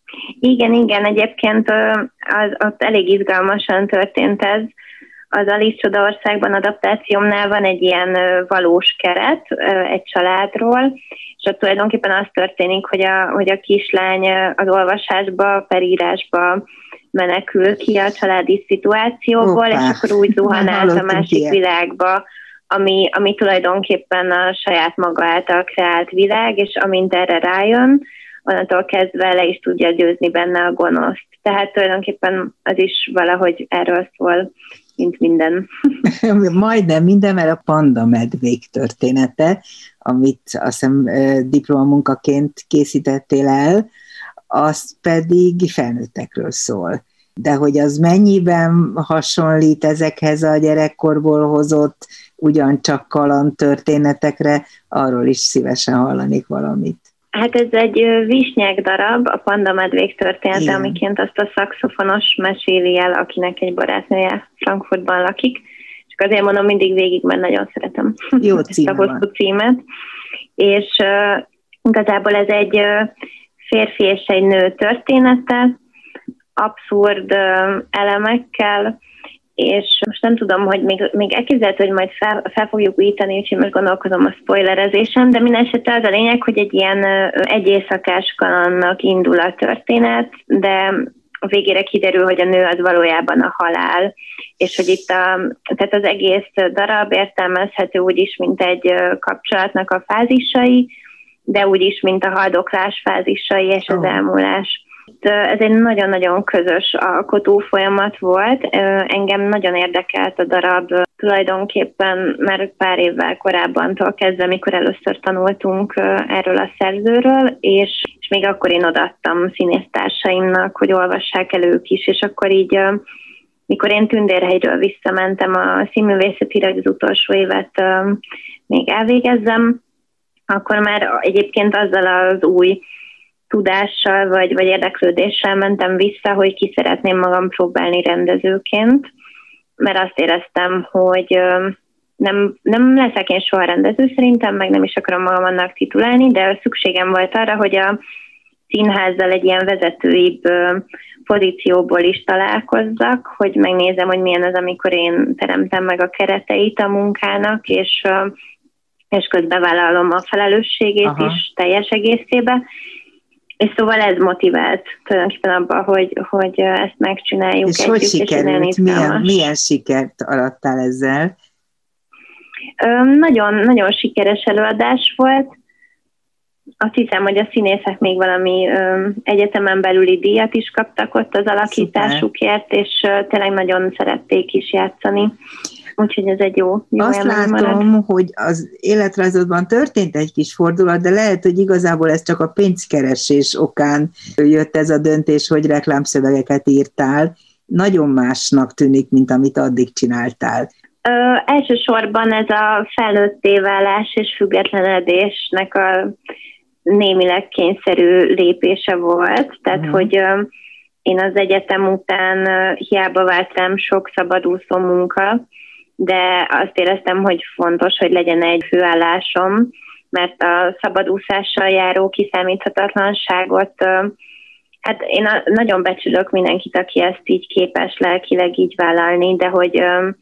Igen, egyébként ott elég izgalmasan történt ez. Az Alice Csodaországban adaptációmnál van egy ilyen valós keret egy családról, és ott tulajdonképpen az történik, hogy a kislány az olvasásba, perírásba menekül ki a családi szituációból, és akkor úgy zuhan át a másik világba, ami tulajdonképpen a saját maga által kreált világ, és amint erre rájön, onnantól kezdve le is tudja győzni benne a gonoszt. Tehát tulajdonképpen az is valahogy erről szól, mint minden.
Majdnem minden, mert a panda medvék története, amit azt hiszem diplomamunkaként készítettél el, az pedig felnőttekről szól. De hogy az mennyiben hasonlít ezekhez a gyerekkorból hozott ugyancsak kaland történetekre, arról is szívesen hallanék valamit.
Hát ez egy visnyák darab, a Panda medvék története, amiként azt a szaxofonos meséli el, akinek egy barátnője Frankfurtban lakik. Csak azért mondom mindig végig, mert nagyon szeretem
Jó
ezt a hosszú címet. És igazából ez egy férfi és egy nő története, abszurd elemekkel, és most nem tudom, hogy még elképzelhető, hogy majd fel fogjuk újítani, úgyhogy most gondolkozom a spoilerezésen, de minden esetre az a lényeg, hogy egy ilyen egy éjszakás kalandnak indul a történet, de a végére kiderül, hogy a nő az valójában a halál, és hogy itt tehát az egész darab értelmezhető úgy is, mint egy kapcsolatnak a fázisai, de úgyis, mint a haldoklás fázisai és az elmúlás. Ez egy nagyon-nagyon közös alkotó folyamat volt. Engem nagyon érdekelt a darab tulajdonképpen már pár évvel korábbantól kezdve, mikor először tanultunk erről a szerzőről, és még akkor én odaadtam színésztársaimnak, hogy olvassák el ők is, és akkor így, mikor én Tündérhegyről visszamentem a színművészetire, hogy az utolsó évet még elvégezzem, akkor már egyébként azzal az új tudással vagy érdeklődéssel mentem vissza, hogy ki szeretném magam próbálni rendezőként, mert azt éreztem, hogy nem leszek én soha rendező szerintem, meg nem is akarom magam annak titulálni, de szükségem volt arra, hogy a színházzal egy ilyen vezetőibb pozícióból is találkozzak, hogy megnézem, hogy milyen az, amikor én teremtem meg a kereteit a munkának, és közben vállalom a felelősségét is teljes egészébe. És szóval ez motivált tulajdonképpen abban, hogy ezt megcsináljuk.
És hogy sikerült? Milyen sikert arattál ezzel?
Nagyon, nagyon sikeres előadás volt. Azt hiszem, hogy a színészek még valami egyetemen belüli díjat is kaptak ott az alakításukért, és tényleg nagyon szerették is játszani. Úgyhogy ez egy jó
Azt látom, hogy az életrajzodban történt egy kis fordulat, de lehet, hogy igazából ez csak a pénzkeresés okán jött ez a döntés, hogy reklámszövegeket írtál. Nagyon másnak tűnik, mint amit addig csináltál.
Elsősorban ez a felnőtté válás és függetlenedésnek a némileg kényszerű lépése volt. Tehát, hogy én az egyetem után hiába vált rám sok szabadúszó munka, de azt éreztem, hogy fontos, hogy legyen egy főállásom, mert a szabadúszással járó kiszámíthatatlanságot, hát én nagyon becsülök mindenkit, aki ezt így képes lelkileg így vállalni, de hogy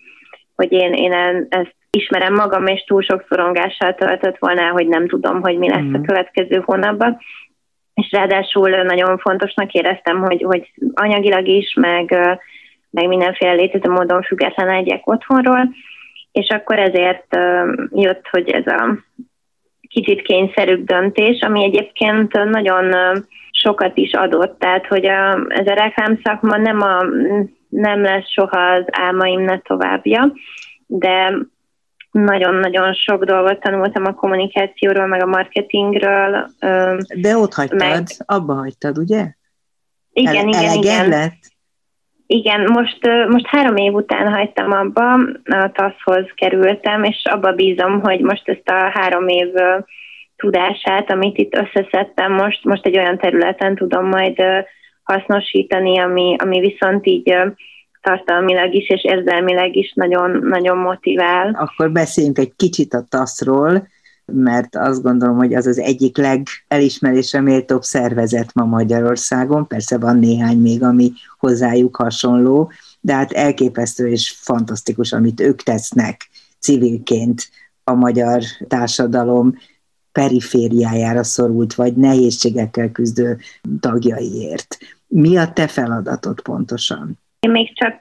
én ezt ismerem magam, és túl sok szorongással töltött volna, hogy nem tudom, hogy mi lesz a következő hónapban. És ráadásul nagyon fontosnak éreztem, hogy anyagilag is, meg mindenféle létező módon függetlenedjek otthonról, és akkor ezért jött, hogy ez a kicsit kényszerűbb döntés, ami egyébként nagyon sokat is adott, tehát hogy ez a reklámszakma nem lesz soha az álmaimnak továbbja, de nagyon-nagyon sok dolgot tanultam a kommunikációról, meg a marketingről.
De ott hagytad, abba hagytad, ugye?
Igen.
Lett?
Igen, most 3 év után hagytam abba, a TASZ-hoz kerültem, és abba bízom, hogy most ezt a 3 év tudását, amit itt összeszedtem, most egy olyan területen tudom majd hasznosítani, ami viszont így tartalmilag is és érzelmileg is nagyon, nagyon motivál.
Akkor beszéljünk egy kicsit a TASZ-ról, mert azt gondolom, hogy az az egyik legelismerésre méltóbb szervezet ma Magyarországon, persze van néhány még, ami hozzájuk hasonló, de hát elképesztő és fantasztikus, amit ők tesznek civilként a magyar társadalom perifériájára szorult, vagy nehézségekkel küzdő tagjaiért. Mi a te feladatod pontosan?
Én még csak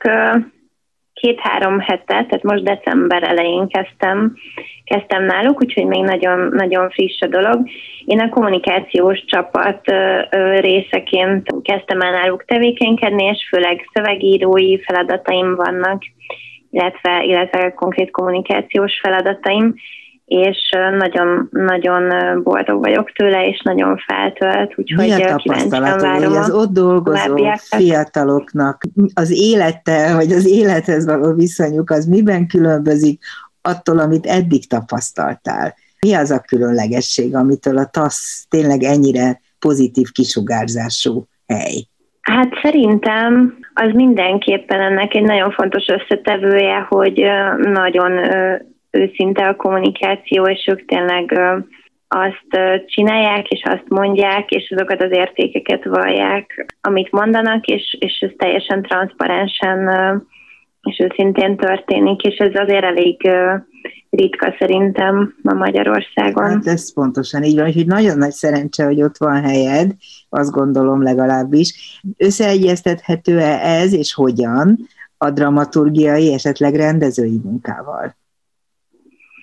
2-3 hete, tehát most december elején kezdtem náluk, úgyhogy még nagyon, nagyon friss a dolog. Én a kommunikációs csapat részeként kezdtem el náluk tevékenykedni, és főleg szövegírói feladataim vannak, illetve konkrét kommunikációs feladataim, és nagyon boldog vagyok tőle, és nagyon feltölt, úgyhogy
mi a tapasztalatod, hogy az ott dolgozó fiataloknak az élettel, vagy az élethez való viszonyuk, az miben különbözik attól, amit eddig tapasztaltál? Mi az a különlegesség, amitől a TASZ tényleg ennyire pozitív kisugárzású hely?
Hát szerintem az mindenképpen ennek egy nagyon fontos összetevője, hogy nagyon őszinte a kommunikáció, és ők tényleg azt csinálják, és azt mondják, és azokat az értékeket vallják, amit mondanak, és ez teljesen transzparensen és őszintén történik, és ez azért elég ritka szerintem ma Magyarországon.
Hát ez pontosan így van, hogy nagyon nagy szerencse, hogy ott van helyed, azt gondolom legalábbis. Összeegyeztethető-e ez, és hogyan a dramaturgiai, esetleg rendezői munkával?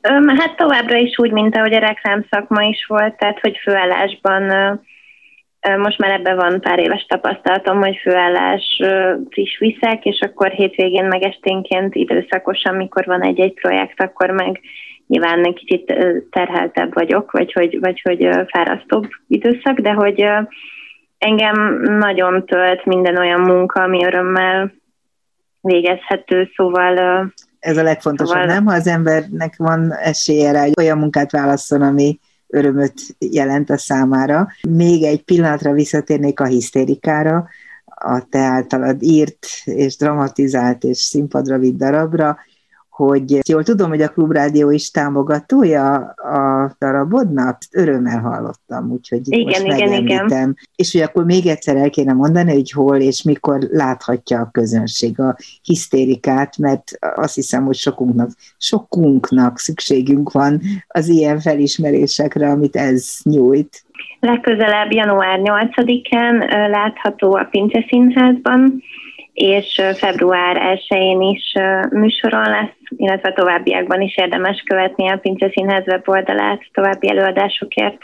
Hát továbbra is úgy, mint ahogy a reklámszakma is volt, tehát hogy főállásban, most már ebben van pár éves tapasztalatom, hogy főállás is viszek, és akkor hétvégén meg esténként időszakosan, mikor van egy-egy projekt, akkor meg nyilván egy kicsit terheltebb vagyok, vagy hogy fárasztóbb időszak, de hogy engem nagyon tölt minden olyan munka, ami örömmel végezhető, szóval...
Ez a legfontosabb, nem? Ha az embernek van esélye rá, hogy olyan munkát válasszon, ami örömöt jelent a számára. Még egy pillanatra visszatérnék a hisztérikára, a te általad írt és dramatizált és színpadra vitt darabra, hogy jól tudom, hogy a Klubrádió is támogatója a darabodnak. Örömmel hallottam, úgyhogy most megemlítem. Igen. És hogy akkor még egyszer el kéne mondani, hogy hol és mikor láthatja a közönség a hisztérikát, mert azt hiszem, hogy sokunknak szükségünk van az ilyen felismerésekre, amit ez nyújt.
Legközelebb január 8-án látható a Pince Színházban, és február 1-én is műsoron lesz, illetve továbbiakban is érdemes követni a Pince Színház weboldalát további előadásokért.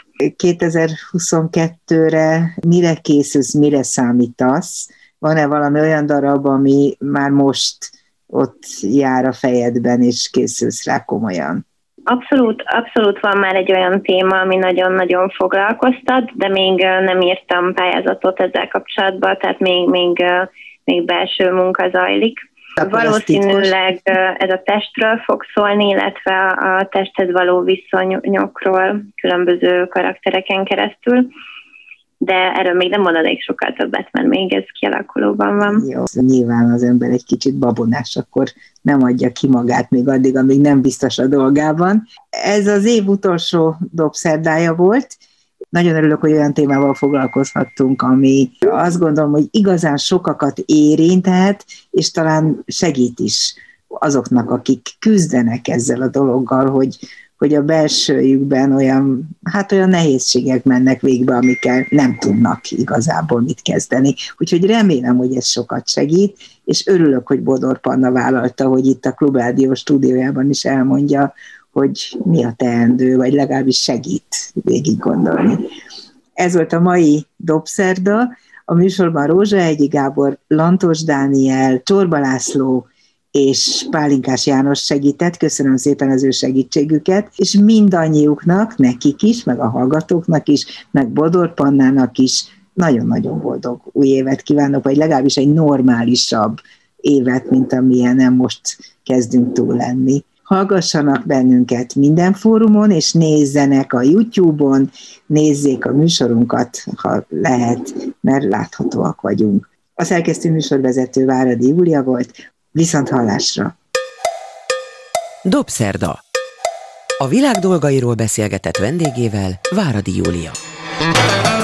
2022-re mire készülsz, mire számítasz? Van-e valami olyan darab, ami már most ott jár a fejedben, és készülsz rá komolyan?
Abszolút van már egy olyan téma, ami nagyon-nagyon foglalkoztat, de még nem írtam pályázatot ezzel kapcsolatban, tehát még belső munka zajlik. Valószínűleg ez a testről fog szólni, illetve a testhez való viszonyokról különböző karaktereken keresztül, de erről még nem mondanék sokkal többet, mert még ez kialakulóban van.
Jó, nyilván az ember egy kicsit babonás, akkor nem adja ki magát még addig, amíg nem biztos a dolgában. Ez az év utolsó dobszerdája volt. Nagyon örülök, hogy olyan témával foglalkozhattunk, ami azt gondolom, hogy igazán sokakat érinthet, és talán segít is azoknak, akik küzdenek ezzel a dologgal, hogy a belsőjükben olyan nehézségek mennek végbe, amikkel nem tudnak igazából mit kezdeni. Úgyhogy remélem, hogy ez sokat segít, és örülök, hogy Bodor Panna vállalta, hogy itt a Klubrádió stúdiójában is elmondja, hogy mi a teendő, vagy legalábbis segít végig gondolni. Ez volt a mai Dobszerda. A műsorban Rózsahegyi Gábor, Lantos Dániel, Csorba László és Pálinkás János segített. Köszönöm szépen az ő segítségüket, és mindannyiuknak, nekik is, meg a hallgatóknak is, meg Bodor Pannának is nagyon-nagyon boldog új évet kívánok, vagy legalábbis egy normálisabb évet, mint amilyenen most kezdünk túl lenni. Hallgassanak bennünket minden fórumon, és nézzenek a YouTube-on, nézzék a műsorunkat, ha lehet, mert láthatóak vagyunk. A szerkesztő műsorvezető Váradi Júlia volt, viszont hallásra!
Dobszerda. A világ dolgairól beszélgetett vendégével Váradi Júlia.